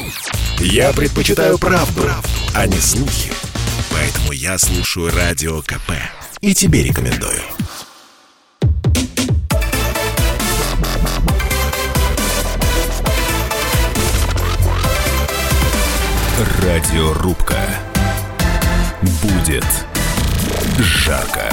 Я предпочитаю правду, а не слухи. Поэтому я слушаю Радио КП. И тебе рекомендую. Радиорубка. Будет жарко.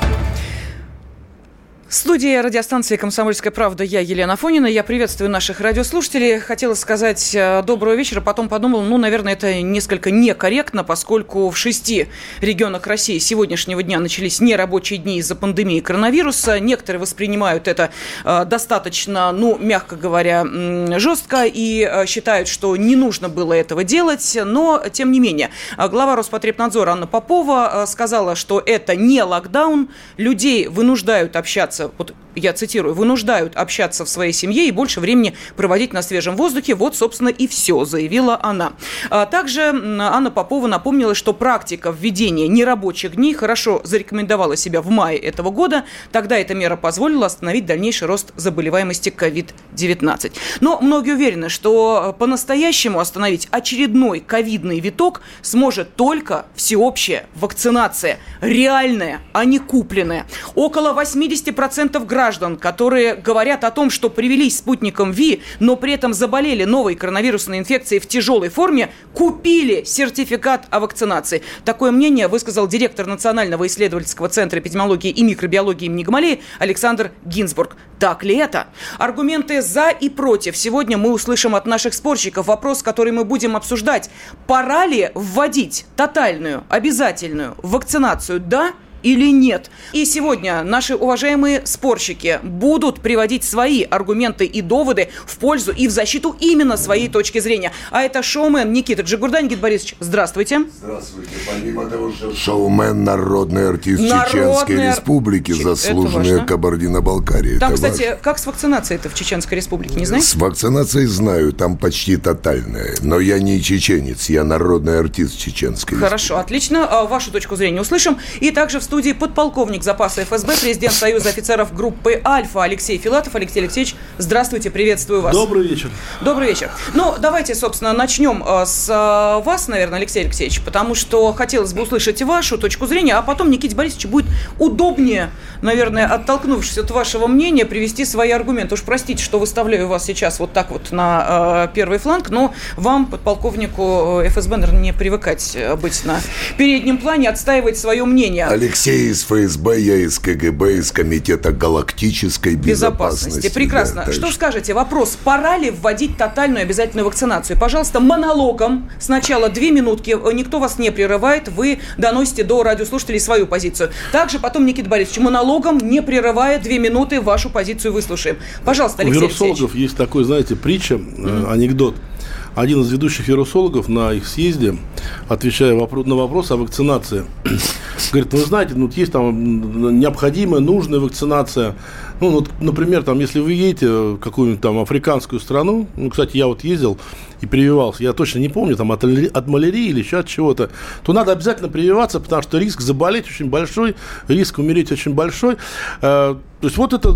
В студии радиостанции «Комсомольская правда» я, Елена Афонина. Я приветствую наших радиослушателей. Хотела сказать доброго вечера, потом подумала, наверное, это несколько некорректно, поскольку в 6 регионах России с сегодняшнего дня начались нерабочие дни из-за пандемии коронавируса. Некоторые воспринимают это достаточно, мягко говоря, жестко и считают, что не нужно было этого делать. Но, тем не менее, глава Роспотребнадзора Анна Попова сказала, что это не локдаун. Людей вынуждают общаться, вот я цитирую, вынуждают общаться в своей семье и больше времени проводить на свежем воздухе. Вот, собственно, и все, заявила она. Также Анна Попова напомнила, что практика введения нерабочих дней хорошо зарекомендовала себя в мае этого года. Тогда эта мера позволила остановить дальнейший рост заболеваемости COVID-19. Но многие уверены, что по-настоящему остановить очередной ковидный виток сможет только всеобщая вакцинация. Реальная, а не купленная. Около 80% граждан, которые говорят о том, что привились спутником ВИ, но при этом заболели новой коронавирусной инфекцией в тяжелой форме, купили сертификат о вакцинации. Такое мнение высказал директор Национального исследовательского центра эпидемиологии и микробиологии имени Гамалеи Александр Гинзбург. Так ли это? Аргументы «за» и «против» сегодня мы услышим от наших спорщиков. Вопрос, который мы будем обсуждать: пора ли вводить тотальную, обязательную вакцинацию, да или нет? И сегодня наши уважаемые спорщики будут приводить свои аргументы и доводы в пользу и в защиту именно своей точки зрения. А это шоумен Никита Джигурда. Никита Борисович, здравствуйте. Здравствуйте. Помимо того, что шоумен, народный артист Чеченской Республики, заслуженный Кабардино-Балкарии. Там, кстати, как с вакцинацией-то в Чеченской Республике, не знаете? С вакцинацией знаю, там почти тотальная. Но я не чеченец, я народный артист Чеченской Республики. Хорошо, отлично. Вашу точку зрения услышим. И также в студии подполковник запаса ФСБ, президент Союза офицеров группы «Альфа» Алексей Филатов. Алексей Алексеевич, здравствуйте, приветствую вас. Добрый вечер. Добрый вечер. Давайте, собственно, начнем с вас, наверное, Алексей Алексеевич, потому что хотелось бы услышать вашу точку зрения, а потом Никите Борисовичу будет удобнее, наверное, оттолкнувшись от вашего мнения, привести свои аргументы. Уж простите, что выставляю вас сейчас вот так вот на первый фланг, но вам, подполковнику ФСБ, наверное, не привыкать быть на переднем плане, отстаивать свое мнение. Алексей из ФСБ, я из КГБ, из Комитета галактической безопасности. Прекрасно. Да, что скажете? Вопрос: пора ли вводить тотальную обязательную вакцинацию? Пожалуйста, монологом. Сначала 2 минутки. Никто вас не прерывает. Вы доносите до радиослушателей свою позицию. Также потом, Никита Борисович, монологом, не прерывая, 2 минуты, вашу позицию выслушаем. Пожалуйста, Алексей Алексеевич. У вирусологов есть такой, знаете, притча, анекдот. Один из ведущих вирусологов на их съезде, отвечая на вопрос о вакцинации, говорит: вы знаете, есть там необходимая, нужная вакцинация. Например, если вы едете в какую-нибудь там африканскую страну, кстати, я ездил и прививался, я точно не помню, там от малярии или еще от чего-то, то надо обязательно прививаться, потому что риск заболеть очень большой, риск умереть очень большой. То есть это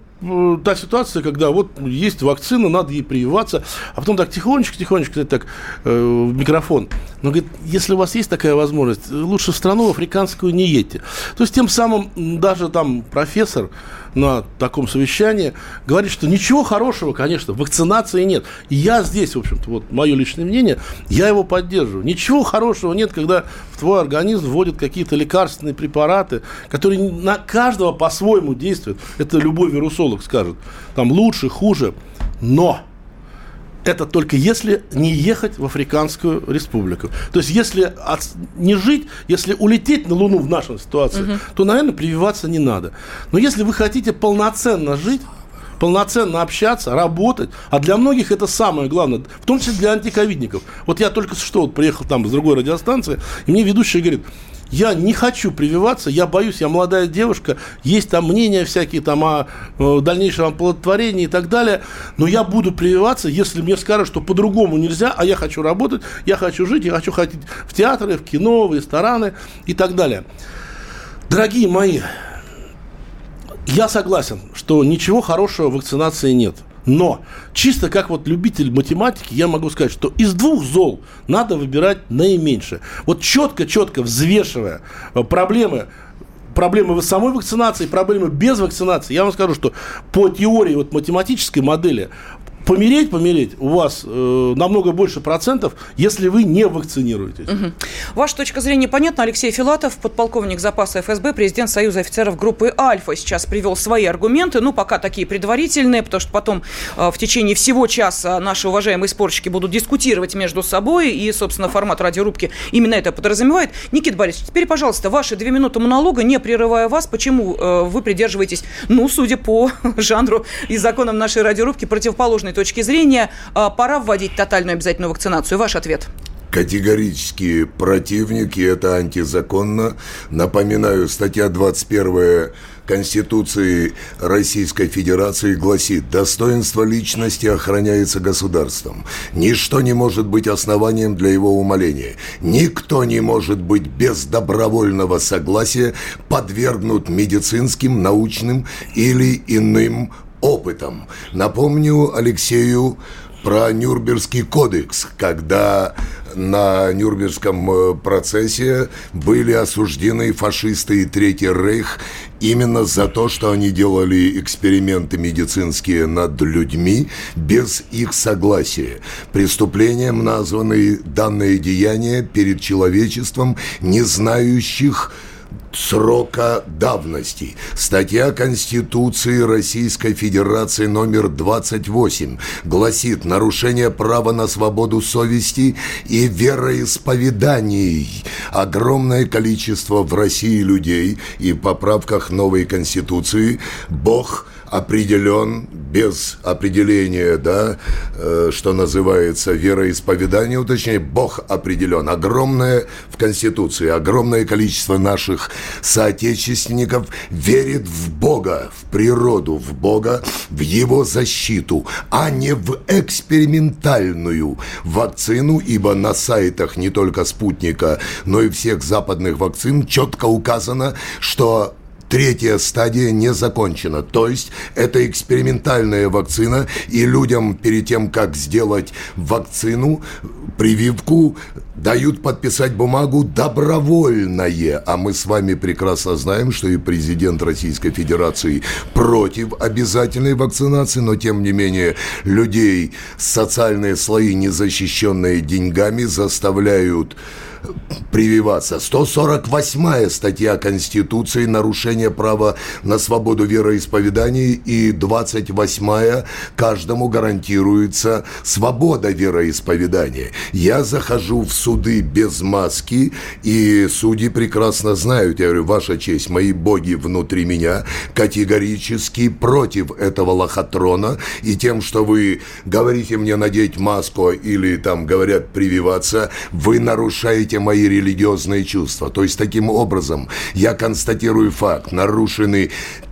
та ситуация, когда есть вакцина, надо ей прививаться, а потом так тихонечко, так в микрофон. Но говорит, если у вас есть такая возможность, лучше в страну африканскую не едьте. То есть тем самым даже там профессор на таком совещании говорит, что ничего хорошего, конечно, в вакцинации нет. И я здесь, в общем-то, мое личное мнение, я его поддерживаю. Ничего хорошего нет, когда в твой организм вводят какие-то лекарственные препараты, которые на каждого по-своему действуют. Это любой вирусолог скажет. Там лучше, хуже. Но это только если не ехать в Африканскую Республику. То есть, если не жить, если улететь на Луну в нашей ситуации, то, наверное, прививаться не надо. Но если вы хотите полноценно жить, полноценно общаться, работать, а для многих это самое главное, в том числе для антиковидников. Я только что приехал там с другой радиостанции, и мне ведущий говорит: я не хочу прививаться, я боюсь, я молодая девушка, есть там мнения всякие там о дальнейшем оплодотворении и так далее, но я буду прививаться, если мне скажут, что по-другому нельзя, а я хочу работать, я хочу жить, я хочу ходить в театры, в кино, в рестораны и так далее. Дорогие мои, я согласен, что ничего хорошего в вакцинации нет. Но чисто как вот любитель математики я могу сказать, что из двух зол надо выбирать наименьшее. Вот четко взвешивая проблемы самой вакцинации, проблемы без вакцинации, я вам скажу, что по теории вот математической модели помереть у вас намного больше процентов, если вы не вакцинируетесь. Угу. Ваша точка зрения понятна. Алексей Филатов, подполковник запаса ФСБ, президент Союза офицеров группы «Альфа», сейчас привел свои аргументы. Пока такие предварительные, потому что потом в течение всего часа наши уважаемые спорщики будут дискутировать между собой, и, собственно, формат радиорубки именно это подразумевает. Никита Борисович, теперь, пожалуйста, ваши 2 минуты монолога, не прерывая вас, почему вы придерживаетесь, судя по жанру и законам нашей радиорубки, противоположной точки зрения, пора вводить тотальную обязательную вакцинацию? Ваш ответ. Категорически противник, и это антизаконно. Напоминаю, статья 21 Конституции Российской Федерации гласит: достоинство личности охраняется государством. Ничто не может быть основанием для его умаления. Никто не может быть без добровольного согласия подвергнут медицинским, научным или иным опытом. Напомню Алексею про Нюрнбергский кодекс, когда на Нюрнбергском процессе были осуждены фашисты и Третий Рейх именно за то, что они делали эксперименты медицинские над людьми без их согласия. Преступлением названы данные деяния перед человечеством, не знающих срока давности. Статья Конституции Российской Федерации номер 28 гласит: нарушение права на свободу совести и вероисповеданий. Огромное количество в России людей, и в поправках новой Конституции Бог определен без определения, что называется вероисповедание, уточнее, Бог определен. Огромное в Конституции, огромное количество наших соотечественников верит в Бога, в природу, в Бога, в Его защиту, а не в экспериментальную вакцину, ибо на сайтах не только «Спутника», но и всех западных вакцин четко указано, что 3-я стадия не закончена. То есть это экспериментальная вакцина, и людям перед тем, как сделать вакцину, прививку, дают подписать бумагу «добровольное». А мы с вами прекрасно знаем, что и президент Российской Федерации против обязательной вакцинации, но тем не менее людей, социальные слои, не защищенные деньгами, заставляют прививаться. 148-я статья Конституции — нарушение права на свободу вероисповедания, и 28-я — каждому гарантируется свобода вероисповедания. Я захожу в суды без маски, и судьи прекрасно знают, я говорю: ваша честь, мои боги внутри меня категорически против этого лохотрона, и тем, что вы говорите мне надеть маску или там говорят прививаться, вы нарушаете мои религиозные чувства. То есть, таким образом, я констатирую факт: нарушены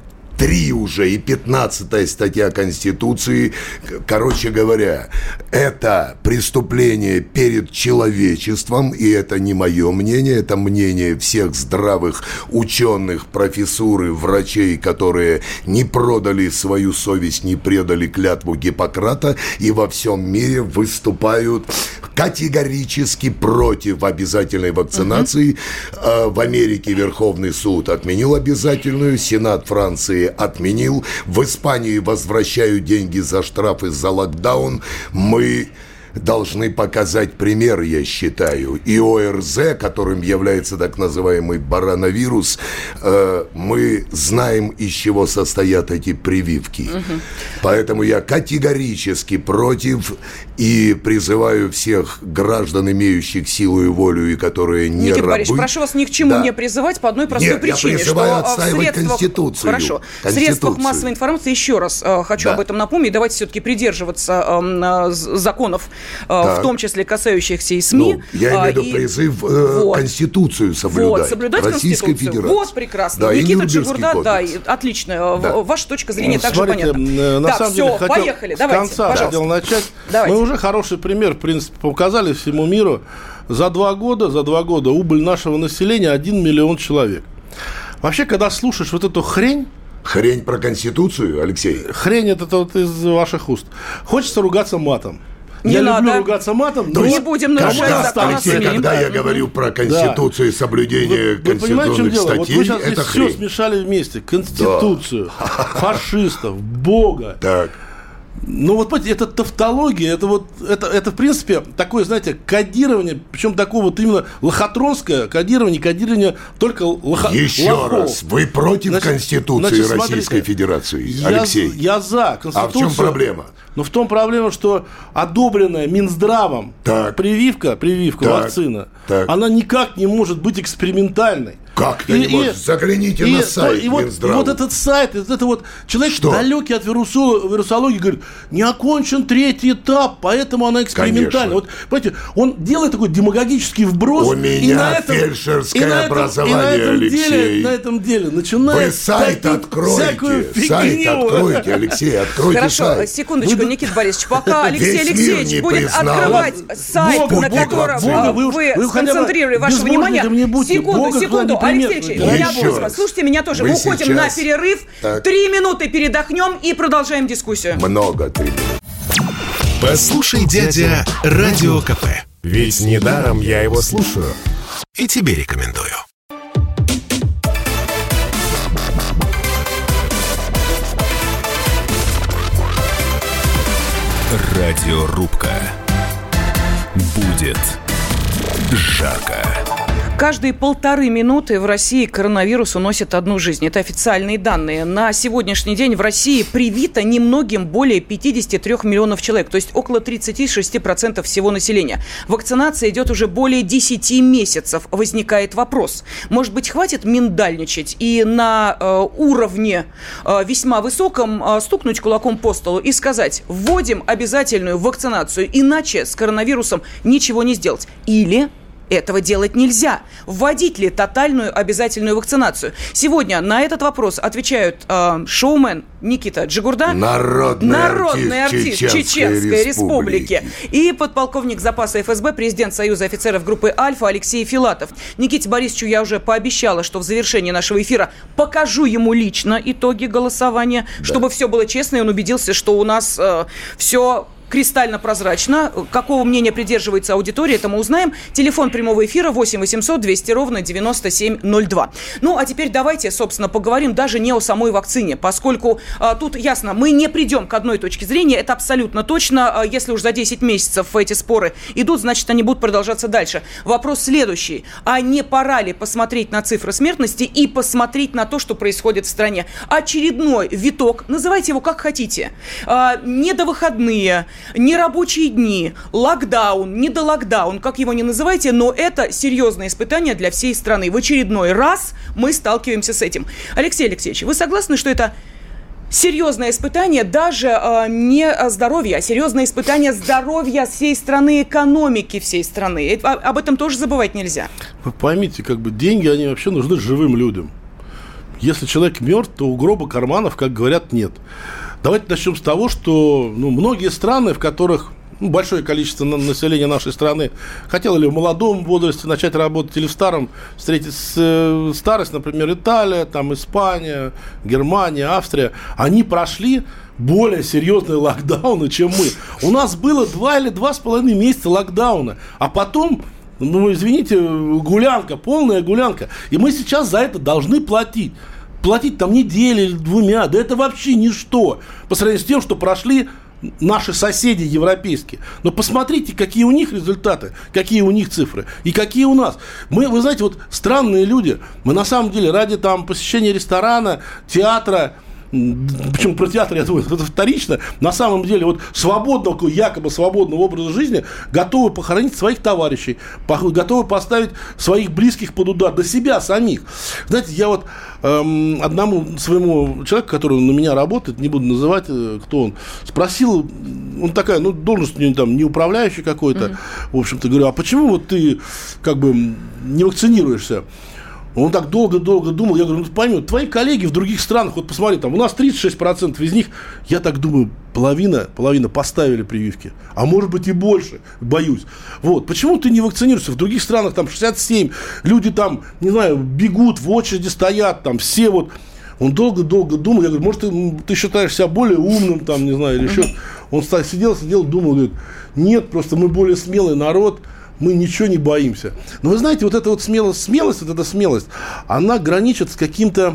3 уже и 15-я статья Конституции. Короче говоря, это преступление перед человечеством, и это не мое мнение, это мнение всех здравых ученых, профессуры, врачей, которые не продали свою совесть, не предали клятву Гиппократа и во всем мире выступают категорически против обязательной вакцинации. В Америке Верховный суд отменил обязательную, Сенат Франции отменил, в Испании возвращают деньги за штрафы за локдаун. Мы должны показать пример, я считаю. И ОРЗ, которым является так называемый барановирус, мы знаем, из чего состоят эти прививки. Поэтому я категорически против и призываю всех граждан, имеющих силу и волю, и которые не Никита рабы. Борисович, прошу вас ни к чему не призывать по одной простой причине. Я призываю что отстаивать Конституцию. Хорошо. В средствах массовой информации, еще раз хочу об этом напомнить, давайте все-таки придерживаться законов, в том числе касающихся и СМИ. Я имею в виду призыв Конституцию соблюдать. Соблюдать Российской Конституцию. Федерации. Вот, прекрасно. Да, Никита Джигурда, отлично. Ваша точка зрения также понятна. На самом деле, поехали. С конца хотел начать. Мы уже хороший пример, в принципе, показали всему миру. За 2 года убыль нашего населения 1 миллион человек. Вообще, когда слушаешь вот эту хрень, Хрень про Конституцию, Алексей? Хрень это вот из ваших уст. Хочется ругаться матом. Не надо. Люблю ругаться матом, но не будем нарушать закон. Алексей, когда я говорю про Конституцию и соблюдение конституционных статей, вот вы сейчас это здесь хрень. все смешали вместе. Конституцию, фашистов, Бога. Так. Ну вот, понимаете, это тавтология, это в принципе такое, знаете, кодирование, причем такое вот именно лохотронское кодирование только Еще лохов. раз, вы против Конституции Российской Федерации, Алексей? Я за Конституцию. А в чем проблема? Но в том проблема, что одобренная Минздравом прививка вакцина, она никак не может быть экспериментальной. Как ты не можешь? Загляните на сайт Минздрава. И вот этот сайт, это вот человек, далекий от вирусологии, говорит, не окончен 3-й этап, поэтому она экспериментальна. Вот, понимаете, он делает такой демагогический вброс. У меня фельдшерское образование, Алексей. На этом деле начинает... Вы сайт откройте, Алексей, откройте сайт. Хорошо, секундочку, Никита Борисович, пока Алексей Алексеевич будет открывать сайт, на котором вы сконцентрировали ваше внимание. Секунду, Алексей Алексеевич, меня просьба, слушайте меня тоже. Мы уходим на перерыв, 3 минуты передохнем и продолжаем дискуссию. Много 3 минуты. Послушай, дядя, Радио КП. Ведь недаром я его слушаю. И тебе рекомендую. Радиорубка. Будет жарко. Каждые 1,5 минуты в России коронавирус уносит одну жизнь. Это официальные данные. На сегодняшний день в России привито немногим более 53 миллионов человек, то есть около 36% всего населения. Вакцинация идет уже более 10 месяцев. Возникает вопрос. Может быть, хватит миндальничать и на уровне весьма высоком стукнуть кулаком по столу и сказать: вводим обязательную вакцинацию, иначе с коронавирусом ничего не сделать. Или... этого делать нельзя. Вводить ли тотальную обязательную вакцинацию? Сегодня на этот вопрос отвечают шоумен Никита Джигурда, народный артист Чеченской Республики, и подполковник запаса ФСБ, президент Союза офицеров группы «Альфа» Алексей Филатов. Никите Борисовичу я уже пообещала, что в завершении нашего эфира покажу ему лично итоги голосования, чтобы все было честно, и он убедился, что у нас все... кристально прозрачно. Какого мнения придерживается аудитория, это мы узнаем. Телефон прямого эфира 8 800 200 ровно 9702. Ну, а теперь давайте, собственно, поговорим даже не о самой вакцине, поскольку тут ясно, мы не придем к одной точке зрения, это абсолютно точно. Если уж за 10 месяцев эти споры идут, значит, они будут продолжаться дальше. Вопрос следующий. А не пора ли посмотреть на цифры смертности и посмотреть на то, что происходит в стране? Очередной виток, называйте его как хотите, недовыходные, нерабочие дни, локдаун, недолокдаун, как его ни называйте, но это серьезное испытание для всей страны. В очередной раз мы сталкиваемся с этим. Алексей Алексеевич, вы согласны, что это серьезное испытание даже не здоровья, а серьезное испытание здоровья всей страны, экономики всей страны? Об этом тоже забывать нельзя. Вы поймите, деньги, они вообще нужны живым людям. Если человек мертв, то у гроба карманов, как говорят, нет. Давайте начнем с того, что многие страны, в которых большое количество населения нашей страны хотело ли в молодом возрасте начать работать или в старом встретить старость, например, Италия, Испания, Германия, Австрия, они прошли более серьезные локдауны, чем мы. У нас было 2 или 2,5 месяца локдауна, а потом... извините, гулянка, полная гулянка. И мы сейчас за это должны платить. Платить неделю или 2, да это вообще ничто по сравнению с тем, что прошли наши соседи европейские. Но посмотрите, какие у них результаты, какие у них цифры и какие у нас. Вы знаете, странные люди. Мы на самом деле ради посещения ресторана, театра, причем про театр, я думаю, это вторично. На самом деле, свободного, якобы свободного образа жизни готовы похоронить своих товарищей, готовы поставить своих близких под удар, до себя самих. Знаете, я одному своему человеку, который на меня работает, не буду называть, кто он, спросил, он такая, должность у него не управляющий какой-то, в общем-то, говорю, а почему ты не вакцинируешься? Он так долго-долго думал. Я говорю, пойми, твои коллеги в других странах, посмотри, у нас 36% из них, я так думаю, половина поставили прививки. А может быть и больше, боюсь. Почему ты не вакцинируешься? В других странах 67, люди не знаю, бегут, в очереди стоят, все Он долго-долго думал. Я говорю, может, ты считаешь себя более умным, там, не знаю, или еще. Он сидел, думал, говорит, нет, просто мы более смелый народ, мы ничего не боимся. Но вы знаете, вот эта вот смелость, она граничит с каким-то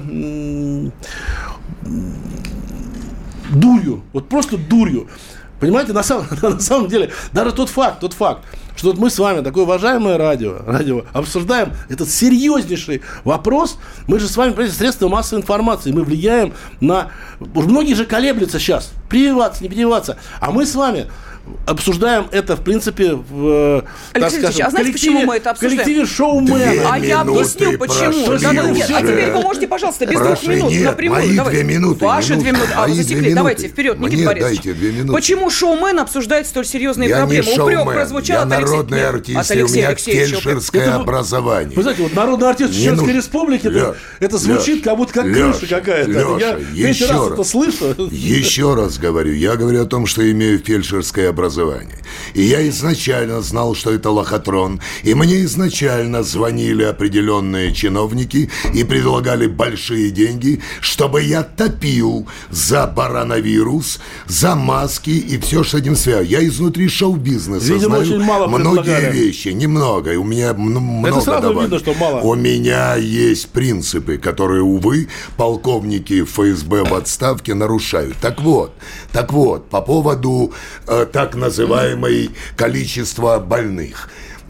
дурью. Вот просто дурью. Понимаете, на самом деле, даже тот факт, что вот мы с вами, такое уважаемое радио, обсуждаем этот серьезнейший вопрос. Мы же с вами, понимаете, средства массовой информации. Мы влияем на... Многие же колеблются сейчас. Прививаться, не прививаться. А мы с вами обсуждаем это, в принципе, в, так скажем, а знаете, почему мы это обсуждаем? коллективе шоумена. А я объясню, почему. А теперь вы можете, пожалуйста, без 2 минут напрямую. Мои 2 минуты. Ваши 2 минуты. А вы засекли. Давайте, вперед, Никита Борисович. Почему шоумен обсуждает столь серьезные проблемы? Упрек прозвучал от Алексея. Я народный артист, и у меня фельдшерское образование. Вы знаете, вот народный артист Чеченской Республики, это звучит как будто как крыша какая-то. Я третий раз это слышу. Еще раз говорю, я говорю о том, что имею фельдшерское образование. И я изначально знал, что это лохотрон. И мне изначально звонили определенные чиновники и предлагали большие деньги, чтобы я топил за коронавирус, за маски и все, что с этим связано. Я изнутри шоу-бизнеса знаю очень мало многие вещи. Немного. У меня много это сразу давали. видно, что мало. У меня есть принципы, которые, увы, полковники ФСБ в отставке нарушают. Так вот, по поводу так называемое количество больных.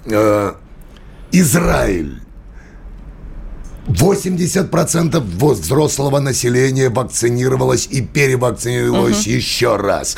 Израиль. 80% взрослого населения вакцинировалось и перевакцинировалось еще раз.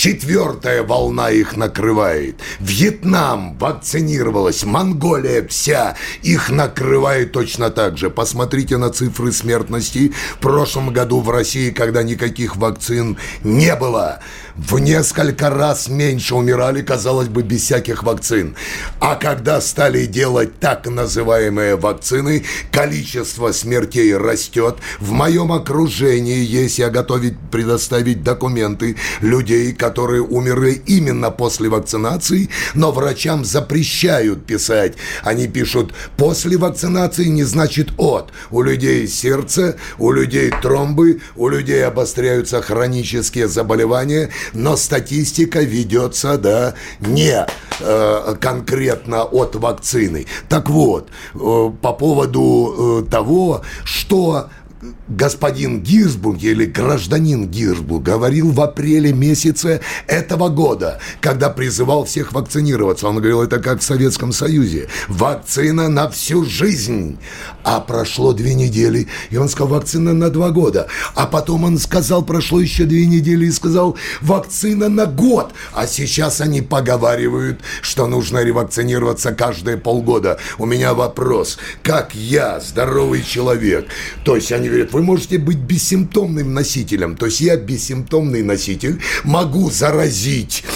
4-я волна их накрывает. Вьетнам вакцинировалась, Монголия вся их накрывает точно так же. Посмотрите на цифры смертности. В прошлом году в России, когда никаких вакцин не было, в несколько раз меньше умирали, казалось бы, без всяких вакцин. А когда стали делать так называемые вакцины, количество смертей растет. В моем окружении есть, я готов предоставить документы людей, которые умерли именно после вакцинации, но врачам запрещают писать. Они пишут, после вакцинации не значит от. У людей сердце, у людей тромбы, у людей обостряются хронические заболевания, но статистика ведется, не конкретно от вакцины. Так вот, по поводу того, что господин Гинзбург или гражданин Гинзбург говорил в апреле месяце этого года, когда призывал всех вакцинироваться. Он говорил, это как в Советском Союзе. Вакцина на всю жизнь. А прошло 2 недели, и он сказал, вакцина на 2 года. А потом он сказал, прошло еще 2 недели, и сказал, вакцина на год. А сейчас они поговаривают, что нужно ревакцинироваться каждые полгода. У меня вопрос, как я, здоровый человек, то есть они говорят, вы можете быть бессимптомным носителем, то есть я бессимптомный носитель, могу заразить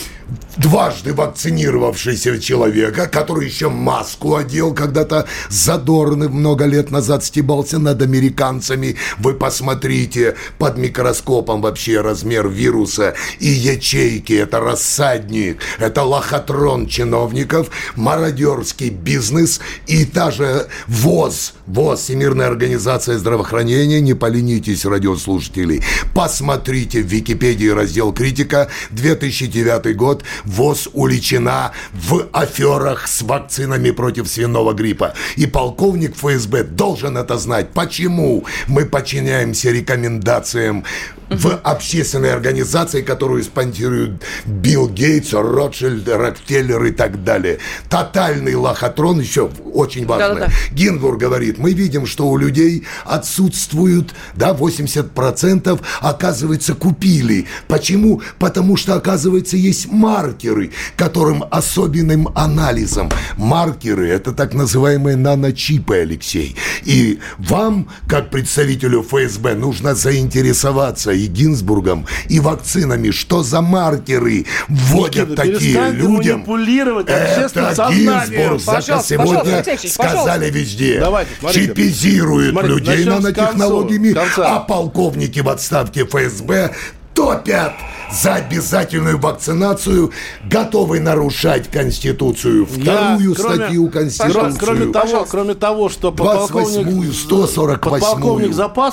дважды вакцинировавшегося человека, который еще маску одел, когда-то Задорнов много лет назад стебался над американцами. Вы посмотрите под микроскопом вообще размер вируса и ячейки. Это рассадник, это лохотрон чиновников, мародерский бизнес и та же ВОЗ, Всемирная организация здравоохранения, не поленитесь, радиослушатели, посмотрите в Википедии раздел «Критика», 2009 год, ВОЗ уличена в аферах с вакцинами против свиного гриппа. И полковник ФСБ должен это знать. Почему мы подчиняемся рекомендациям в общественной организации, которую спонсируют Билл Гейтс, Ротшильд, Рокфеллер и так далее. Тотальный лохотрон, еще очень важно. Гинзбург говорит, мы видим, что у людей отсутствуют, 80%, оказывается, купили. Почему? Потому что, оказывается, есть маркеры, которым особенным анализом. Маркеры – это так называемые наночипы, Алексей. И вам, как представителю ФСБ, нужно заинтересоваться и Гинзбургом, и вакцинами. Что за маркеры вводят Никита, такие людям? Манипулировать общественным сознанием. Гинзбург сегодня сказали везде. Чипизируют людей нанотехнологиями, а полковники в отставке ФСБ топят за обязательную вакцинацию, готовы нарушать Конституцию, вторую статью Конституции. Кроме того, что подполковник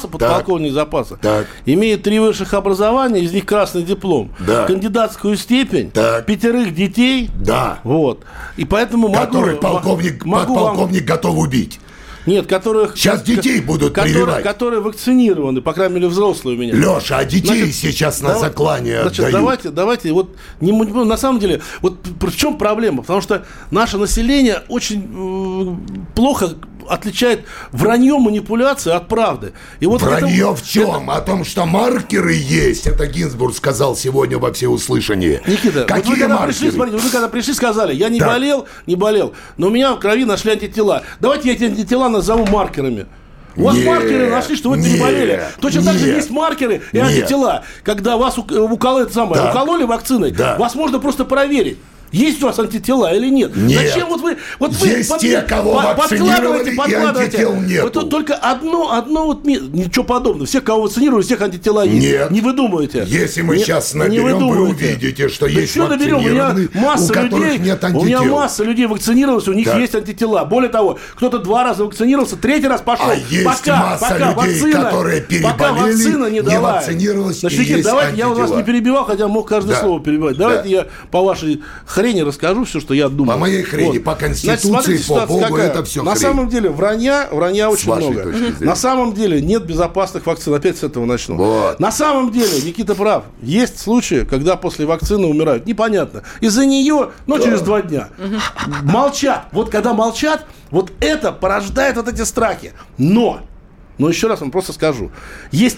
запаса имеет 3 высших образования, из них красный диплом, кандидатскую степень, 5 детей, вот. И поэтому которых подполковник готов убить. Нет, которых... Сейчас детей будут прививать. Которые вакцинированы, по крайней мере, взрослые у меня. Леша, а детей сейчас на заклание отдают. Давайте, вот, на самом деле, вот в чем проблема? Потому что наше население очень плохо отличает вранье, манипуляции от правды. И вот вранье в чем? О том, что маркеры есть. Это Гинзбург сказал сегодня во всеуслышание. Никита, какие маркеры? Вы когда пришли, сказали, я не болел, но у меня в крови нашли антитела. Давайте я эти антитела назову маркерами. У вас маркеры нашли, что вы переболели. Точно так же есть маркеры и антитела. Когда вас укололи вакциной, вас можно просто проверить. Есть у вас антитела или нет? Зачем вы есть те, кого вакцинировали, и антител нет. Вот тут только одно ничего подобного. Всех, кого вакцинировали, всех антитела есть. Нет. Не вы думаете. Если мы сейчас наберем, вы увидите, что есть вакцинированные, у которых нет антител. У меня масса людей вакцинировалась, у них есть антитела. Более того, кто-то 2 раза вакцинировался, 3-й раз пошел. А есть масса людей, которые переболели, не вакцинировались, и есть давайте, я антитела. вас не перебивал, хотя мог каждое слово перебивать. Давайте я по вашей хрени расскажу все, что я думаю. По моей хрени, по Конституции, по Богу, какая? Это все На хрень. самом деле вранья очень много. На самом деле нет безопасных вакцин. Опять с этого начну. Вот. На самом деле, Никита прав. Есть случаи, когда после вакцины умирают. Непонятно. Из-за нее, через 2 дня. Молчат. Вот когда молчат, вот это порождает вот эти страхи. Но еще раз вам просто скажу. Есть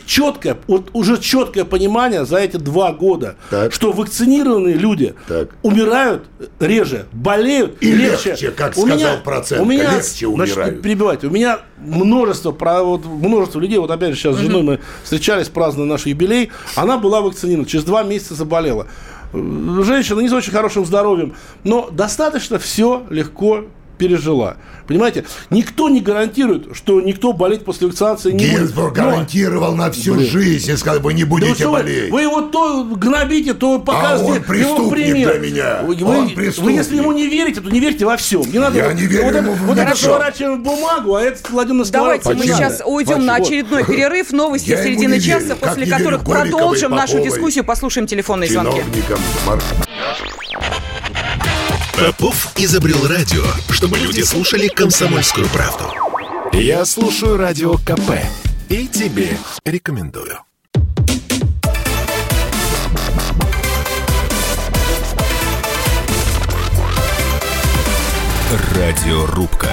уже четкое понимание за эти 2 года, что вакцинированные люди умирают реже, болеют и легче, как сказал Проценко, легче умирают. Перебивайте. У меня множество людей, вот опять же сейчас с женой мы встречались, праздновали наш юбилей, она была вакцинирована, через 2 месяца заболела. Женщина не с очень хорошим здоровьем, но достаточно все легко пережила. Понимаете? Никто не гарантирует, что никто болеть после вакцинации не будет. Гинзбург гарантировал на всю жизнь, и сказал, вы не будете болеть. Вы его то гнобите, то показываете его пример. Для меня. Вы если ему не верите, то не верьте во всем. Не надо, я не верю ему вот это сворачиваем в бумагу, а это кладем на сковородку. Давайте мы сейчас уйдем на очередной перерыв. Новости середины часа, после которых продолжим нашу дискуссию. Послушаем телефонные звонки. Попов изобрел радио, чтобы люди слушали «Комсомольскую правду». Я слушаю Радио КП и тебе рекомендую. Радиорубка.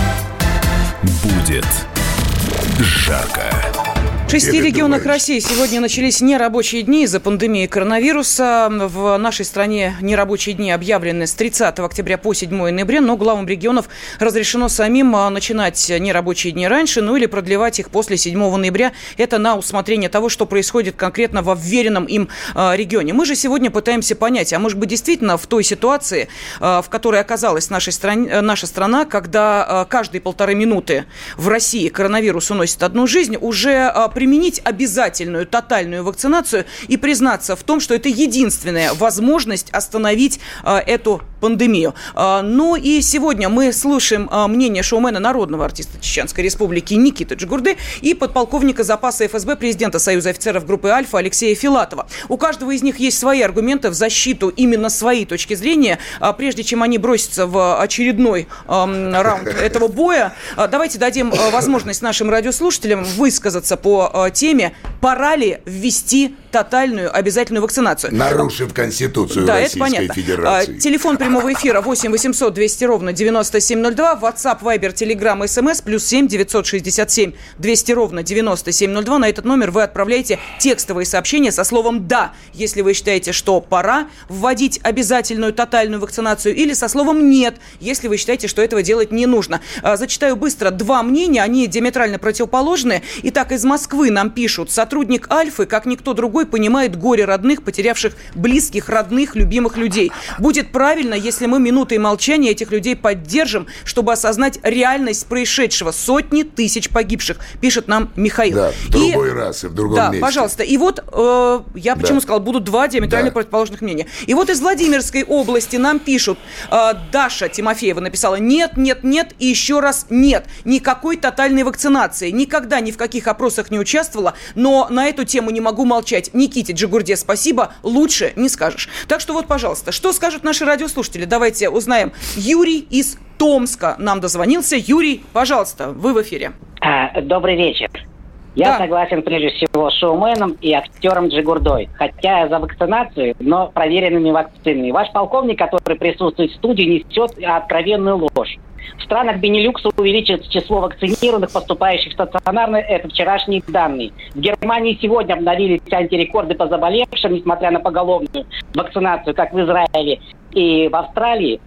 Будет жарко. В 6 регионах России сегодня начались нерабочие дни из-за пандемии коронавируса. В нашей стране нерабочие дни объявлены с 30 октября по 7 ноября, но главам регионов разрешено самим начинать нерабочие дни раньше, или продлевать их после 7 ноября. Это на усмотрение того, что происходит конкретно во вверенном им регионе. Мы же сегодня пытаемся понять, а может быть действительно в той ситуации, в которой оказалась наша страна, когда каждые 1,5 минуты в России коронавирус уносит одну жизнь, уже применить обязательную тотальную вакцинацию и признаться в том, что это единственная возможность остановить эту пандемию. Ну и сегодня мы слушаем мнение шоумена, народного артиста Чеченской Республики Никиты Джигурды и подполковника запаса ФСБ, президента Союза офицеров группы «Альфа» Алексея Филатова. У каждого из них есть свои аргументы в защиту именно своей точки зрения. Прежде чем они бросятся в очередной раунд этого боя, давайте дадим возможность нашим радиослушателям высказаться по теме, пора ли ввести тотальную обязательную вакцинацию. Нарушив Конституцию Российской Федерации. Телефон прямого эфира 8 800 200 ровно 9702. WhatsApp, Viber, Telegram, SMS +7 967 200 ровно 9702. На этот номер вы отправляете текстовые сообщения со словом «да», если вы считаете, что пора вводить обязательную тотальную вакцинацию, или со словом «нет», если вы считаете, что этого делать не нужно. Зачитаю быстро 2 мнения, они диаметрально противоположны. Итак, из Москвы нам пишут: сотрудник «Альфы», как никто другой, понимает горе родных, потерявших близких, родных, любимых людей. Будет правильно, если мы минутой молчания этих людей поддержим, чтобы осознать реальность происшедшего. Сотни тысяч погибших, пишет нам Михаил. Да, в другой раз и в другом месте. Да, пожалуйста. И вот я почему сказал, будут два диаметрально противоположных мнения. И вот из Владимирской области нам пишут, Даша Тимофеева написала: нет, нет, нет и еще раз нет. Никакой тотальной вакцинации. Никогда ни в каких опросах не участвовала, но на эту тему не могу молчать. Никите Джигурде спасибо, лучше не скажешь. Так что вот, пожалуйста, что скажут наши радиослушатели? Давайте узнаем. Юрий из Томска нам дозвонился. Юрий, пожалуйста, вы в эфире. Добрый вечер. Я согласен прежде всего с шоуменом и актером Джигурдой. Хотя я за вакцинацию, но проверенными вакцинами. Ваш полковник, который присутствует в студии, несет откровенную ложь. В странах Бенилюкса увеличится число вакцинированных, поступающих в стационарные. Это вчерашние данные. В Германии сегодня обновились антирекорды по заболевшим, несмотря на поголовную вакцинацию, как в Израиле и в Австралии,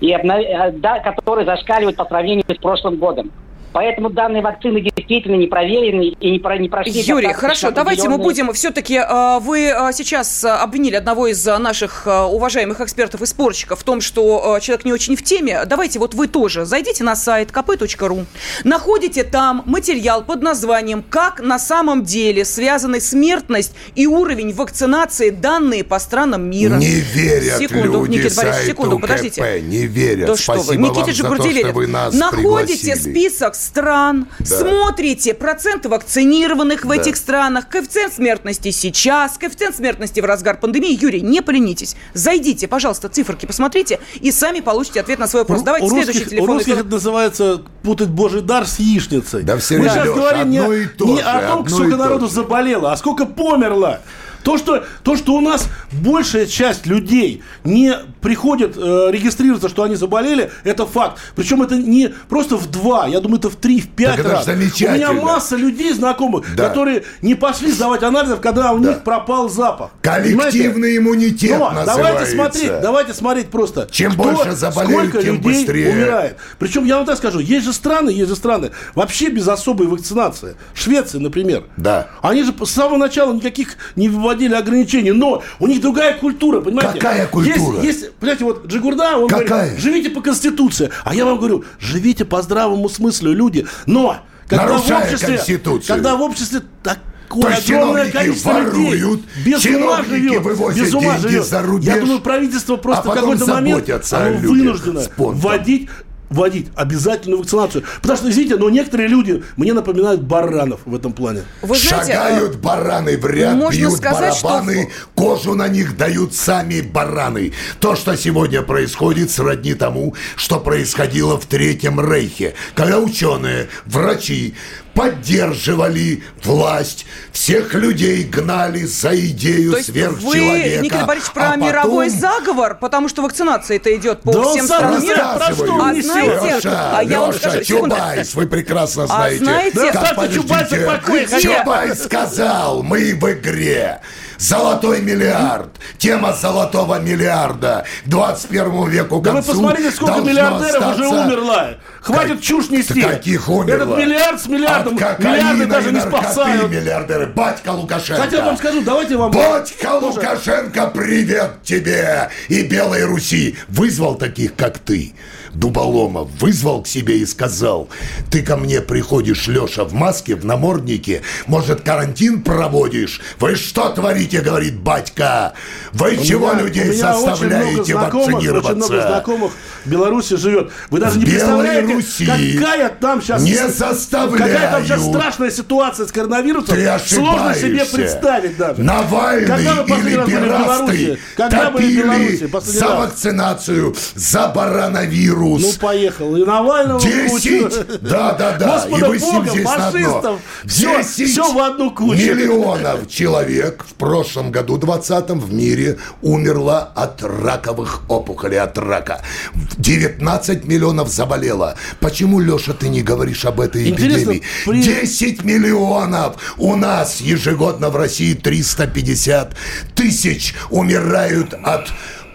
которые зашкаливают по сравнению с прошлым годом. Поэтому данные вакцины действительно не проверены и не прошли... Юрий, хорошо, давайте мы будем... Все-таки вы сейчас обвинили одного из наших уважаемых экспертов и спорщиков в том, что человек не очень в теме. Давайте вот вы тоже зайдите на сайт kp.ru, находите там материал под названием «Как на самом деле связаны смертность и уровень вакцинации, данные по странам мира». Не верят секунду, люди Никита Борисович, секунду, подождите. КП, не верят. Да Спасибо что вы, Никите Джигурде верят. Находите пригласили. Список стран, смотрите проценты вакцинированных в этих странах, коэффициент смертности сейчас, коэффициент смертности в разгар пандемии. Юрий, не поленитесь. Зайдите, пожалуйста, циферки посмотрите и сами получите ответ на свой вопрос. Давайте следующий телефон. У русских это называется путать божий дар с яичницей. Да все мы сейчас говорим не о том, сколько народу заболело, а сколько померло. То, что у нас большая часть людей не приходит регистрироваться, что они заболели, это факт. Причем это не просто в 2, я думаю, это в 3, в 5 раз. У меня масса людей знакомых, которые не пошли сдавать анализов, когда у них пропал запах. Коллективный иммунитет называется. Давайте смотреть просто. Чем больше заболеют, тем быстрее умирает. Причем, я вам так скажу, есть же страны вообще без особой вакцинации. Швеция, например. Да. Они же с самого начала никаких не вводили ограничений, но у них другая культура, понимаете? Какая культура? Есть, понимаете, вот Джигурда, он говорит, живите по Конституции. А я вам говорю, живите по здравому смыслу, люди. Но когда в обществе такое огромное количество людей без ума живет, я думаю, правительство просто в какой-то момент вынуждено вводить обязательную вакцинацию. Потому что, извините, но некоторые люди мне напоминают баранов в этом плане. Вы знаете, шагают бараны в ряд, бьют барабаны, кожу на них дают сами бараны. То, что сегодня происходит, сродни тому, что происходило в Третьем Рейхе, когда ученые, врачи поддерживали власть, всех людей гнали за идею сверхчеловека. Вы, Никита Борисович, про мировой заговор, потому что вакцинация-то идет по всем странам мира. Леша, Чубайс, вы прекрасно знаете. Чубайс сказал, мы в игре. Золотой миллиард. Тема золотого миллиарда к 21 веку к концу. Да вы посмотрите, сколько миллиардеров уже умерло. Хватит чушь нести. Каких умерло? Этот миллиард с миллиардом. Миллиарды даже не спасают. Миллиардеры. Батька Лукашенко. Хотя я вам скажу, давайте вам... Батька Лукашенко, привет тебе и Белой Руси. Вызвал таких, как ты, дуболомов, вызвал к себе и сказал: ты ко мне приходишь, Леша, в маске, в наморднике, может, карантин проводишь? Вы что творите, говорит батька? Вы чего людей заставляете вакцинироваться? Очень много знакомых в Беларуси живет. Вы даже не представляете, какая там сейчас... Не заставляют. Какая там сейчас страшная ситуация с коронавирусом. Ты ошибаешься. Сложно себе представить даже. Навальный или пираты топили за вакцинацию, за коронавирус. Ну, поехал. И Навального 10, да. Господа и вы Бога, здесь фашистов. Все в одну кучу. Миллионов человек в прошлом году, 20-м, в мире умерло от раковых опухолей, от рака. 19 миллионов заболело. Почему, Леша, ты не говоришь об этой эпидемии? 10 миллионов. У нас ежегодно в России 350 тысяч умирают от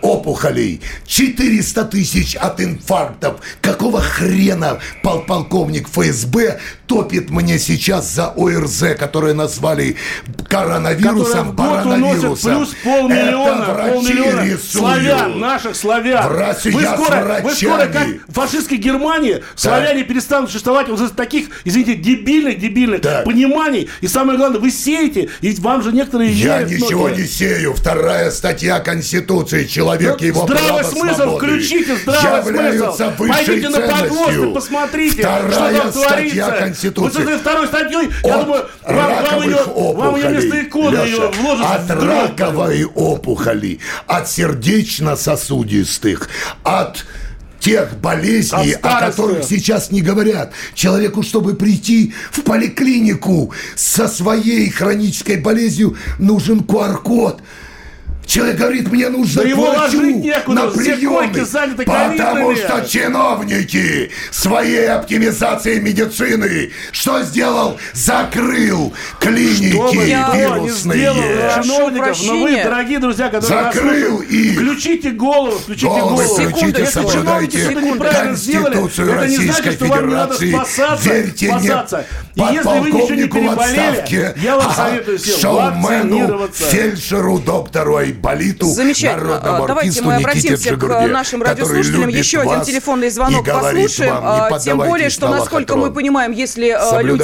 опухолей, 400 тысяч от инфарктов. Какого хрена полковник ФСБ топит мне сейчас за ОРЗ, которое назвали коронавирусом, бароновирусом? Плюс полмиллиона славян, наших славян. Вы скоро, как в фашистской Германии, славяне перестанут существовать вот из таких, извините, дебильных пониманий. И самое главное, вы сеете, и вам же некоторые... Я ничего не сею. 2 статья Конституции. Человек и его право смысл, включите здравый смысл. Пойдите на подвоз и посмотрите, что там творится. Вот с этой 2 статьей, я думаю, вам ее вместо иконы ее вложат от раковой опухоли, от сердечно-сосудистых, от тех болезней, о которых сейчас не говорят. Человеку, чтобы прийти в поликлинику со своей хронической болезнью, нужен QR-код. Человек говорит, мне нужно плачу на приемы, потому что чиновники своей оптимизацией медицины что сделал? Закрыл клиники вирусные. Чиновников, но вы, дорогие друзья, которые закрыл их. Включите голову. Включите, соблюдайте Конституцию Российской Федерации. Верьте не полковнику в отставке, шоумену, фельдшеру, доктору Айболиту, замечательно. Давайте мы обратимся к нашим радиослушателям. Еще один телефонный звонок послушаем. Тем более, что, насколько мы понимаем, если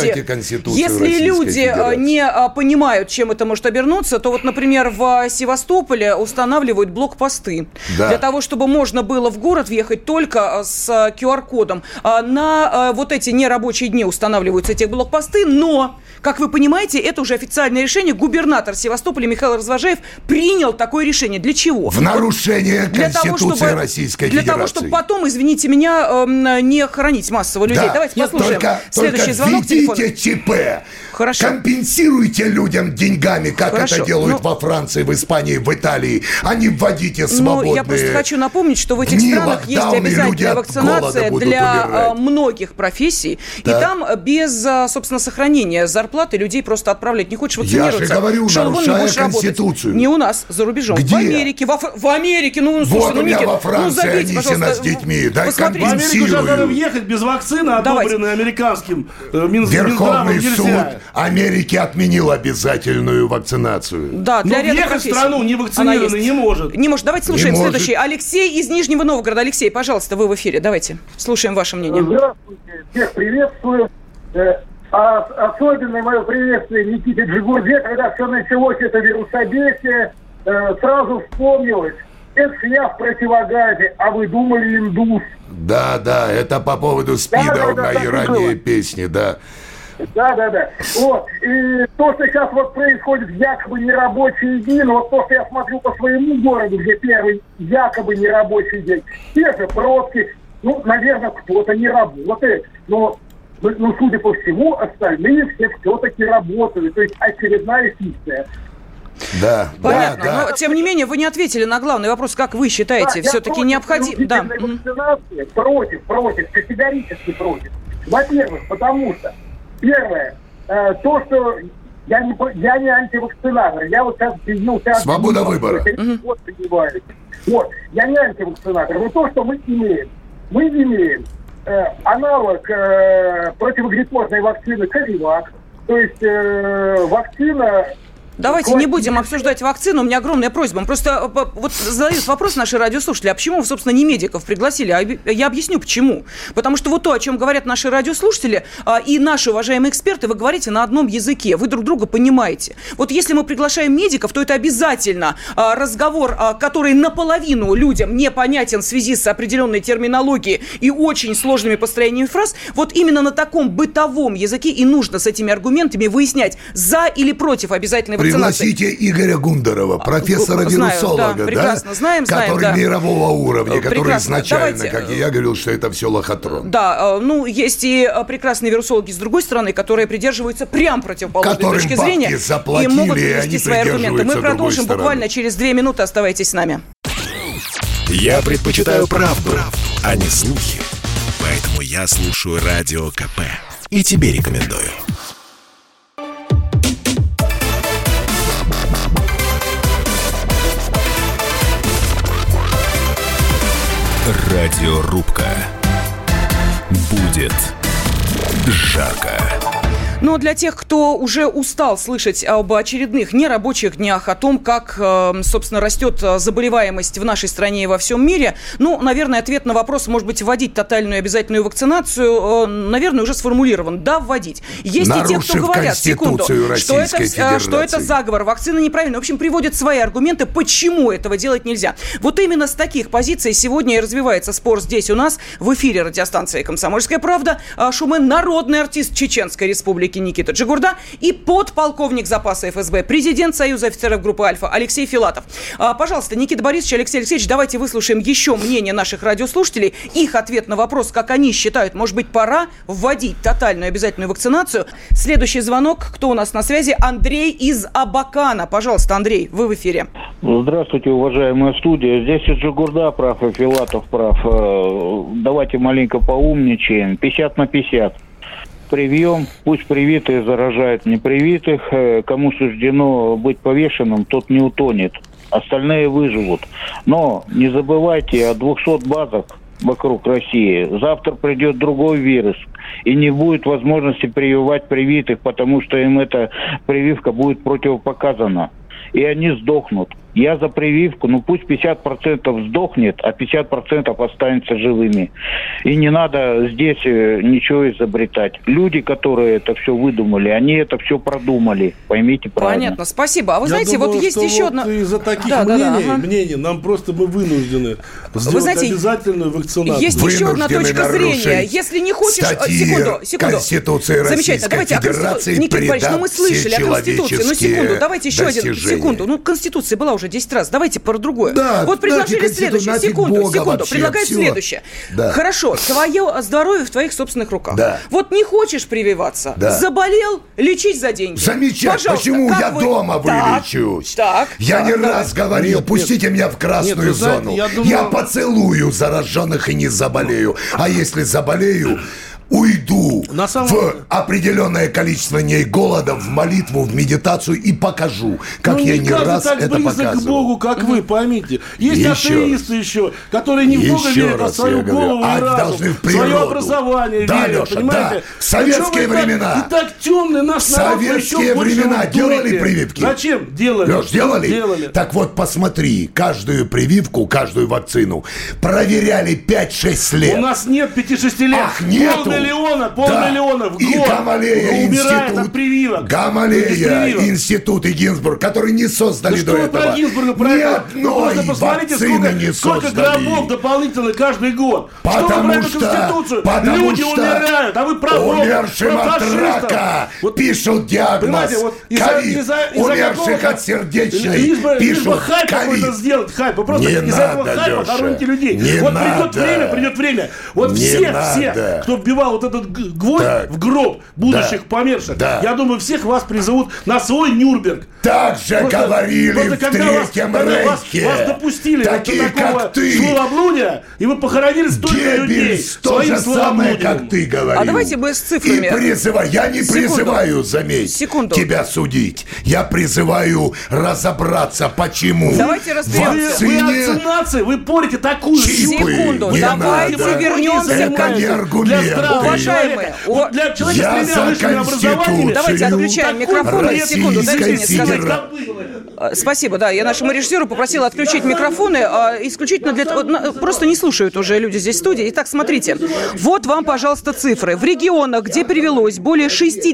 люди не понимают, чем это может обернуться, то вот, например, в Севастополе устанавливают блокпосты. Для того, чтобы можно было в город въехать только с QR-кодом. На вот эти нерабочие дни устанавливаются эти блокпосты, но, как вы понимаете, это уже официальное решение. Губернатор Севастополя Михаил Развожаев принял такое решение. Для чего? В нарушение Конституции Российской Федерации. Для того, чтобы потом, извините меня, не хоронить массово людей. Давайте послушаем следующий звонок. Введите ЧП. Хорошо. Компенсируйте людям деньгами, как это делают во Франции, в Испании, в Италии. А не вводите свободные. Я просто хочу напомнить, что в этих странах есть обязательная вакцинация для многих профессий. И там без, собственно, сохранения зарплаты людей просто отправлять. Не хочешь вакцинироваться? Я же говорю, нарушая Конституцию. Не у нас, за рубежом. Где? В Америке. В Америке. Вот у меня во Франции Анисина с детьми. Дай компенсирую. В Америку же надо въехать без вакцины, одобренной американским Минздравом. Верховный суд Америки отменил обязательную вакцинацию. Да, для ряда въехать в страну невакцинированный не может. Не может. Давайте слушаем следующий. Алексей из Нижнего Новгорода. Алексей, пожалуйста, вы в эфире. Давайте слушаем ваше мнение. Здравствуйте. Всех приветствую. Особенно мое приветствие Никите Джигурде, когда все началось, это вирусобесие, сразу вспомнилось. Это я в противогазе, а вы думали индус. Да, это по поводу СПИДа в моей ранней песне, да. Да. Вот. И то, что сейчас вот происходит в якобы нерабочие дни, но вот то, что я смотрю по своему городу, где первый якобы нерабочий день, те же пробки, наверное, кто-то не работает, но судя по всему, остальные все все-таки работают. То есть очередная фикция. Да, понятно. Да. Но, тем не менее, вы не ответили на главный вопрос. Как вы считаете, все-таки необходимо... Да. Вакцинации против, категорически против. Во-первых, потому что первое, то, что я не антивакцинатор. Я вот сейчас бедился... Свобода выбора. Вот, я не антивакцинатор. Но то, что мы имеем аналог противогриппозной вакцины Коривак. То есть вакцина... Давайте не будем обсуждать вакцину. У меня огромная просьба. Просто вот задают вопрос наши радиослушатели. А почему вы, собственно, не медиков пригласили? Я объясню, почему. Потому что вот то, о чем говорят наши радиослушатели и наши уважаемые эксперты, вы говорите на одном языке. Вы друг друга понимаете. Вот если мы приглашаем медиков, то это обязательно разговор, который наполовину людям непонятен в связи с определенной терминологией и очень сложными построениями фраз. Вот именно на таком бытовом языке и нужно с этими аргументами выяснять, за или против обязательной вакцинации. Пригласите Игоря Гундорова, профессора-вирусолога, который мирового уровня, который изначально, как и я говорил, что это все лохотрон. Да, есть и прекрасные вирусологи с другой стороны, которые придерживаются прям противоположной точки зрения и могут привести свои аргументы. Мы продолжим буквально через 2 минуты. Оставайтесь с нами. Я предпочитаю правду, а не слухи. Поэтому я слушаю Радио КП. И тебе рекомендую. Радиорубка. Будет жарко. Но для тех, кто уже устал слышать об очередных нерабочих днях, о том, как, собственно, растет заболеваемость в нашей стране и во всем мире, наверное, ответ на вопрос, может быть, вводить тотальную обязательную вакцинацию, наверное, уже сформулирован. Да, вводить. Есть и те, кто говорят, что это заговор, вакцина неправильная. В общем, приводят свои аргументы, почему этого делать нельзя. Вот именно с таких позиций сегодня и развивается спор здесь у нас, в эфире радиостанции «Комсомольская правда». Шумен, народный артист Чеченской Республики Никита Джигурда и подполковник запаса ФСБ, президент Союза офицеров группы «Альфа» Алексей Филатов. Пожалуйста, Никита Борисович, Алексей Алексеевич, давайте выслушаем еще мнение наших радиослушателей, их ответ на вопрос, как они считают, может быть, пора вводить тотальную обязательную вакцинацию. Следующий звонок. Кто у нас на связи? Андрей из Абакана. Пожалуйста, Андрей, вы в эфире. Здравствуйте, уважаемая студия. Здесь и Джигурда прав, и Филатов прав. Давайте маленько поумничаем. 50/50. Привьем, пусть привитые заражают непривитых. Кому суждено быть повешенным, тот не утонет. Остальные выживут. Но не забывайте о 200 базах вокруг России. Завтра придет другой вирус. И не будет возможности прививать привитых, потому что им эта прививка будет противопоказана. И они сдохнут. Я за прививку, пусть 50% сдохнет, а 50% останется живыми. И не надо здесь ничего изобретать. Люди, которые это все выдумали, они это все продумали. Поймите правильно. Понятно, спасибо. А вы знаете, думаю, вот есть еще одна... Из-за таких мнений нам просто мы вынуждены сделать обязательную вакцинацию. Есть еще одна точка зрения. Если не хочешь... Секунду. Конституции Российской Федерации, Никита Борисович, мы слышали о Конституции. секунду, давайте еще один. Секунду. Конституция была уже 10 раз. Давайте про другое. Да, вот предложили следующее. Секунду. Предлагают следующее. Да. Хорошо, твое здоровье в твоих собственных руках. Да. Вот не хочешь прививаться, заболел, лечить за деньги. Замечательно. Почему я дома вылечусь? Так. Я не раз говорил, пустите меня в красную зону. Я поцелую зараженных и не заболею. А если заболею, уйду в определенное количество дней голода, в молитву, в медитацию и покажу, как я не раз это показывал. Не каждый так близок к Богу, как вы, поймите. Есть атеисты еще, которые не в Бога верят, а в свою голову и разум, в свое образование верят, понимаете? В советские времена. И так темный наш народ, в советские времена делали прививки? Зачем? Делали. Леш, делали? Так вот, посмотри, каждую прививку, каждую вакцину проверяли 5-6 лет. У нас нет 5-6 лет. Ах, нету. Полмиллиона в год и Гамалея умирает от прививок. Гамалея, институт и Гинзбург, которые не создали до этого. Про Гинзбурга, ни одной вакцины не сколько создали. гробов дополнительно каждый год. Потому что люди умирают, а вы про умершим от рака пишут диагноз ковид. Умерших от сердечной пишут ковид. Сделать хайп. Вы просто из-за этого хайпа хороните людей. Вот придет время. Вот все, кто вбивал вот этот гвоздь в гроб будущих померших, я думаю, всех вас призовут на свой Нюрнберг. Так же говорили в Третьем Рейхе. Вас допустили такие, до такого как ты. Словоблудия, и вы похоронили столько людей. То же самое, как ты говорил. А давайте мы с цифрами. Я не призываю, заметь, тебя судить. Я призываю разобраться, почему. Давайте разберемся. Вы от нации, вы порите такую секунду. Давайте вернемся к уважаемые, для человека с тремя высшими образованиями. Давайте отключаем микрофон. Секунду, дайте мне сказать. Спасибо, я нашему режиссеру попросила отключить микрофоны, исключительно для того, просто не слушают уже люди здесь в студии. Итак, смотрите, вот вам, пожалуйста, цифры. В регионах, где привелось более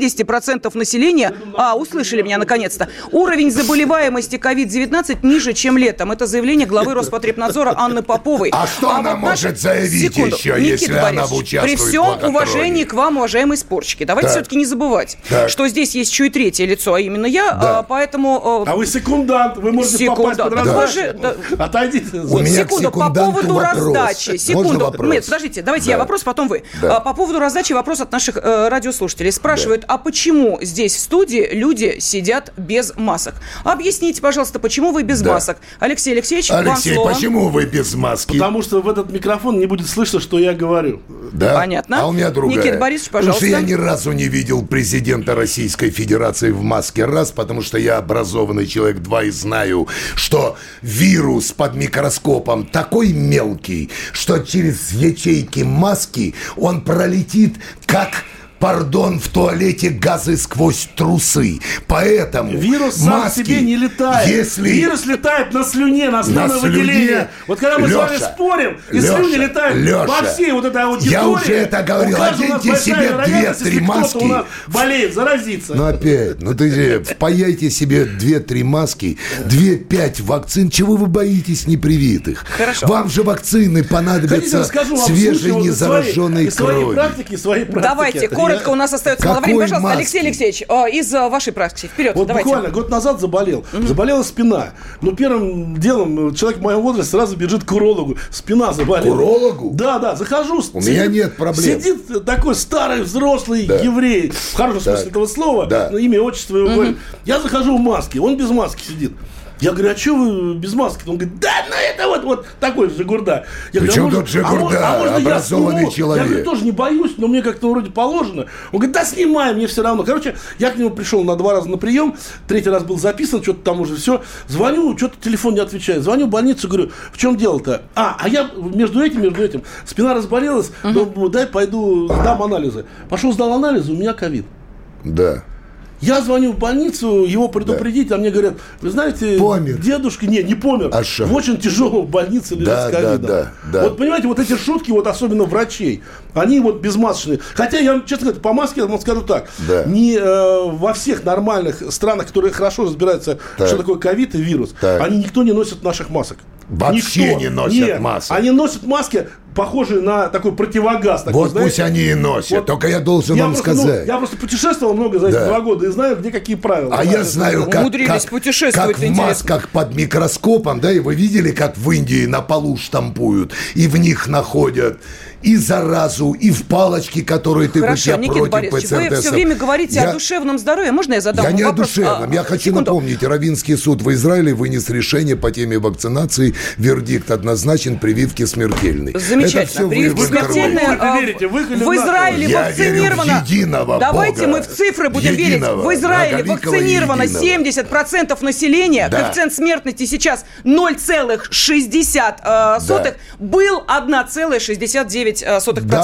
60% населения, услышали меня наконец-то, уровень заболеваемости COVID-19 ниже, чем летом. Это заявление главы Роспотребнадзора Анны Поповой. А что она может заявить еще, если она участвует? При всем уважении к вам, уважаемые спорщики, давайте все-таки не забывать, что здесь есть еще и третье лицо, а именно я, поэтому... А вы секундант, вы можете попасть под раздачу. Отойдите. Секунду, по поводу раздачи. Секунду. Нет, подождите, давайте я вопрос, потом вы. По поводу раздачи вопрос от наших радиослушателей. Спрашивают, а почему здесь в студии люди сидят без масок? Объясните, пожалуйста, почему вы без масок? Алексей Алексеевич, вам слово. Почему вы без маски? Потому что в этот микрофон не будет слышно, что я говорю. Да? Понятно. А у меня другая. Никита Борисович, пожалуйста. Потому что я ни разу не видел президента Российской Федерации в маске. Раз, потому что я образованный человек 2 и знаю, что вирус под микроскопом такой мелкий, что через ячейки маски он пролетит как... Пардон, в туалете газы сквозь трусы. Поэтому вирус сам маски, себе не летает. Если... Вирус летает на слюне, на слюнном выделении. Вот когда мы с вами спорим, и слюни летают во всей вот этой аудитории. Я уже это говорил. Оденьте себе 2-3 маски. У нас болеет, заразится. Ну опять, ты впаяйте себе 2-3 маски, 2-5 вакцин. Чего вы боитесь непривитых? Хорошо. Вам же вакцины понадобятся свежей, незараженной крови. Своей практики. Давайте, коротко, у нас остается мало времени. Пожалуйста, Алексей Алексеевич, из вашей практики. Вперед, вот давайте. буквально год назад заболел. Заболела спина. Но первым делом человек в моем возрасте сразу бежит к урологу. Спина заболела. К урологу? Да, захожу. У меня нет проблем. Сидит такой старый взрослый еврей. В хорошем смысле этого слова. Да. Имя, отчество его говорит. Я захожу в маске. Он без маски сидит. Я говорю, а что вы без маски? Он говорит, да, ну это вот такой Жигурда. Я говорю, причем тут Жигурда, образованный человек? Я говорю, тоже не боюсь, но мне как-то вроде положено. Он говорит, да снимай, мне все равно. Короче, я к нему пришел на 2 раза на прием, 3-й раз был записан, что-то там уже все. Звоню, что-то телефон не отвечает. Звоню в больницу, говорю, в чем дело-то? А я между этим, спина разболелась, думаю, дай пойду сдам анализы. Пошел, сдал анализы, у меня ковид. Да. Я звоню в больницу, его предупредить, а мне говорят, вы знаете, помер. Дедушка, не помер, в очень тяжелом в больнице лежит с ковидом. Да. Вот понимаете, вот эти шутки, вот особенно врачей, они вот безмасочные. Хотя я, честно говоря, по маске я вам скажу так, не во всех нормальных странах, которые хорошо разбираются, что такое ковид и вирус, никто не носит наших масок. Вообще не носят маски. Они носят маски, похожие на такой противогаз. Такой, вот знаете? Пусть они и носят. Вот. Только я должен вам сказать. Я просто путешествовал много за эти 2 года и знаю, где какие правила. А я знаю, как в масках под микроскопом, и вы видели, как в Индии на полу штампуют, и в них находят и заразу, и в палочки, которые ты против ПЦР-тестов. Вы все время говорите о душевном здоровье. Можно я задам вопрос? Я не о душевном. Я хочу напомнить, Раввинский суд в Израиле вынес решение по теме вакцинации. Вердикт однозначен, прививки смертельны. Замечательно. Прививки смертельные. В Израиле вакцинировано. Давайте мы в цифры будем верить. В Израиле вакцинировано 70% населения. Коэффициент смертности сейчас 0,60. Был 1,69%. Да.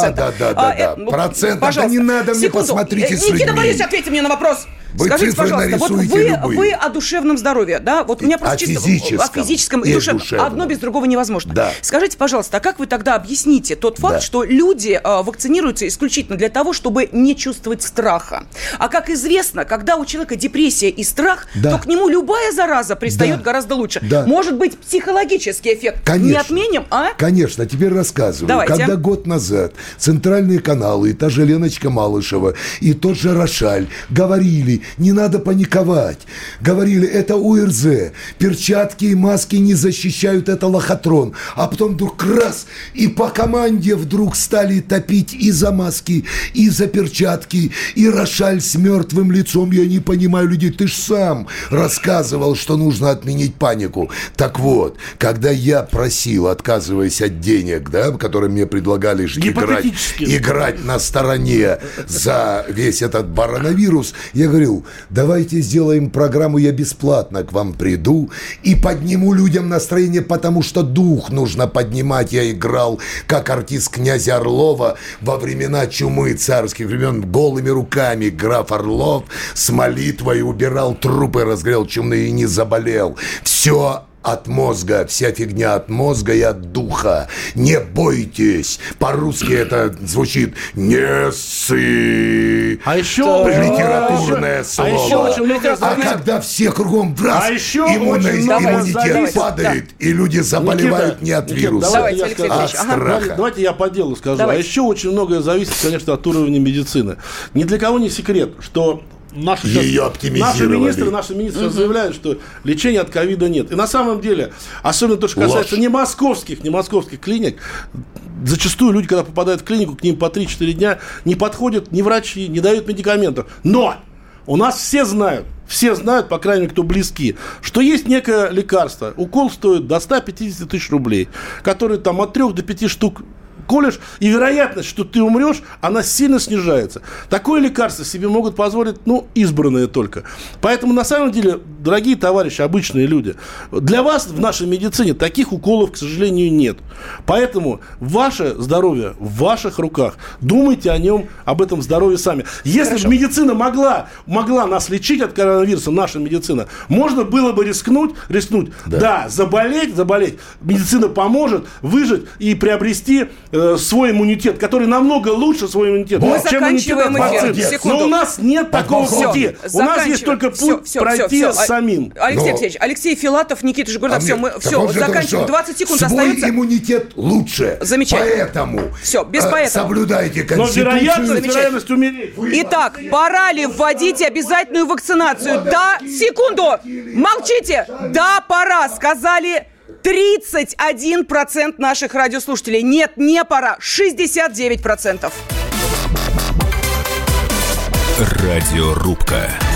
Процентов. Да не надо мне, посмотрите с людьми. Никита Борисович, ответьте мне на вопрос. Скажите, пожалуйста, вот вы о душевном здоровье, да? Вот у меня просто чисто о физическом и душевном. Одно без другого невозможно. Да. Скажите, пожалуйста, а как вы тогда объясните тот факт, что люди вакцинируются исключительно для того, чтобы не чувствовать страха? А как известно, когда у человека депрессия и страх, то к нему любая зараза пристает гораздо лучше. Да. Может быть, психологический эффект. Конечно. Не отменим, а? Конечно, теперь рассказываю. Давайте. Когда год назад центральные каналы, и та же Леночка Малышева, и тот же Рошаль говорили, не надо паниковать. Говорили, это УРЗ. Перчатки и маски не защищают, это лохотрон. А потом вдруг раз, и по команде вдруг стали топить и за маски, и за перчатки, и Рошаль с мертвым лицом. Я не понимаю людей. Ты ж сам рассказывал, что нужно отменить панику. Так вот, когда я просил, отказываясь от денег, которые мне предлагали играть на стороне за весь этот коронавирус, я говорил, давайте сделаем программу, я бесплатно к вам приду и подниму людям настроение, потому что дух нужно поднимать. Я играл как артист князя Орлова во времена чумы царских времен, голыми руками граф Орлов с молитвой убирал трупы, разгрел чумные и не заболел. Все от мозга, вся фигня от мозга и от духа. Не бойтесь. По-русски это звучит «не ссы». А еще литературное слово. А когда все кругом раз, иммунитет падает, и люди заболевают не от вируса, а от страха. Давайте я по делу скажу. А еще очень многое зависит, конечно, от уровня медицины. Ни для кого не секрет, что наши министры заявляют, что лечения от ковида нет. И на самом деле, особенно то, что касается не московских клиник, зачастую люди, когда попадают в клинику, к ним по 3-4 дня не подходят ни врачи, не дают медикаментов. Но у нас все знают, по крайней мере, кто близки, что есть некое лекарство. Укол стоит до 150 тысяч рублей, который там от 3 до 5 штук колешь, и вероятность, что ты умрешь, она сильно снижается. Такое лекарство себе могут позволить, избранные только. Поэтому, на самом деле, дорогие товарищи, обычные люди, для вас в нашей медицине таких уколов, к сожалению, нет. Поэтому ваше здоровье в ваших руках. Думайте о нем, об этом здоровье сами. Если бы медицина могла нас лечить от коронавируса, наша медицина, можно было бы рискнуть, заболеть, медицина поможет выжить и приобрести свой иммунитет, который намного лучше свой иммунитет, чем иммунитет от вакцин. Но у нас нет такого пути. У нас есть только путь пройти самим. Алексей Алексеевич, Алексей Филатов, Никита Жигурда, все, заканчиваем. 20 секунд остается. Свой иммунитет лучше. Замечательно. Поэтому все, без поэтому. Соблюдайте Конституцию. Но вероятность умереть. Итак, пора ли вводить обязательную вакцинацию? Да, секунду, молчите. Да, пора, сказали 31% наших радиослушателей. Нет, не пора, 69%. Радиорубка.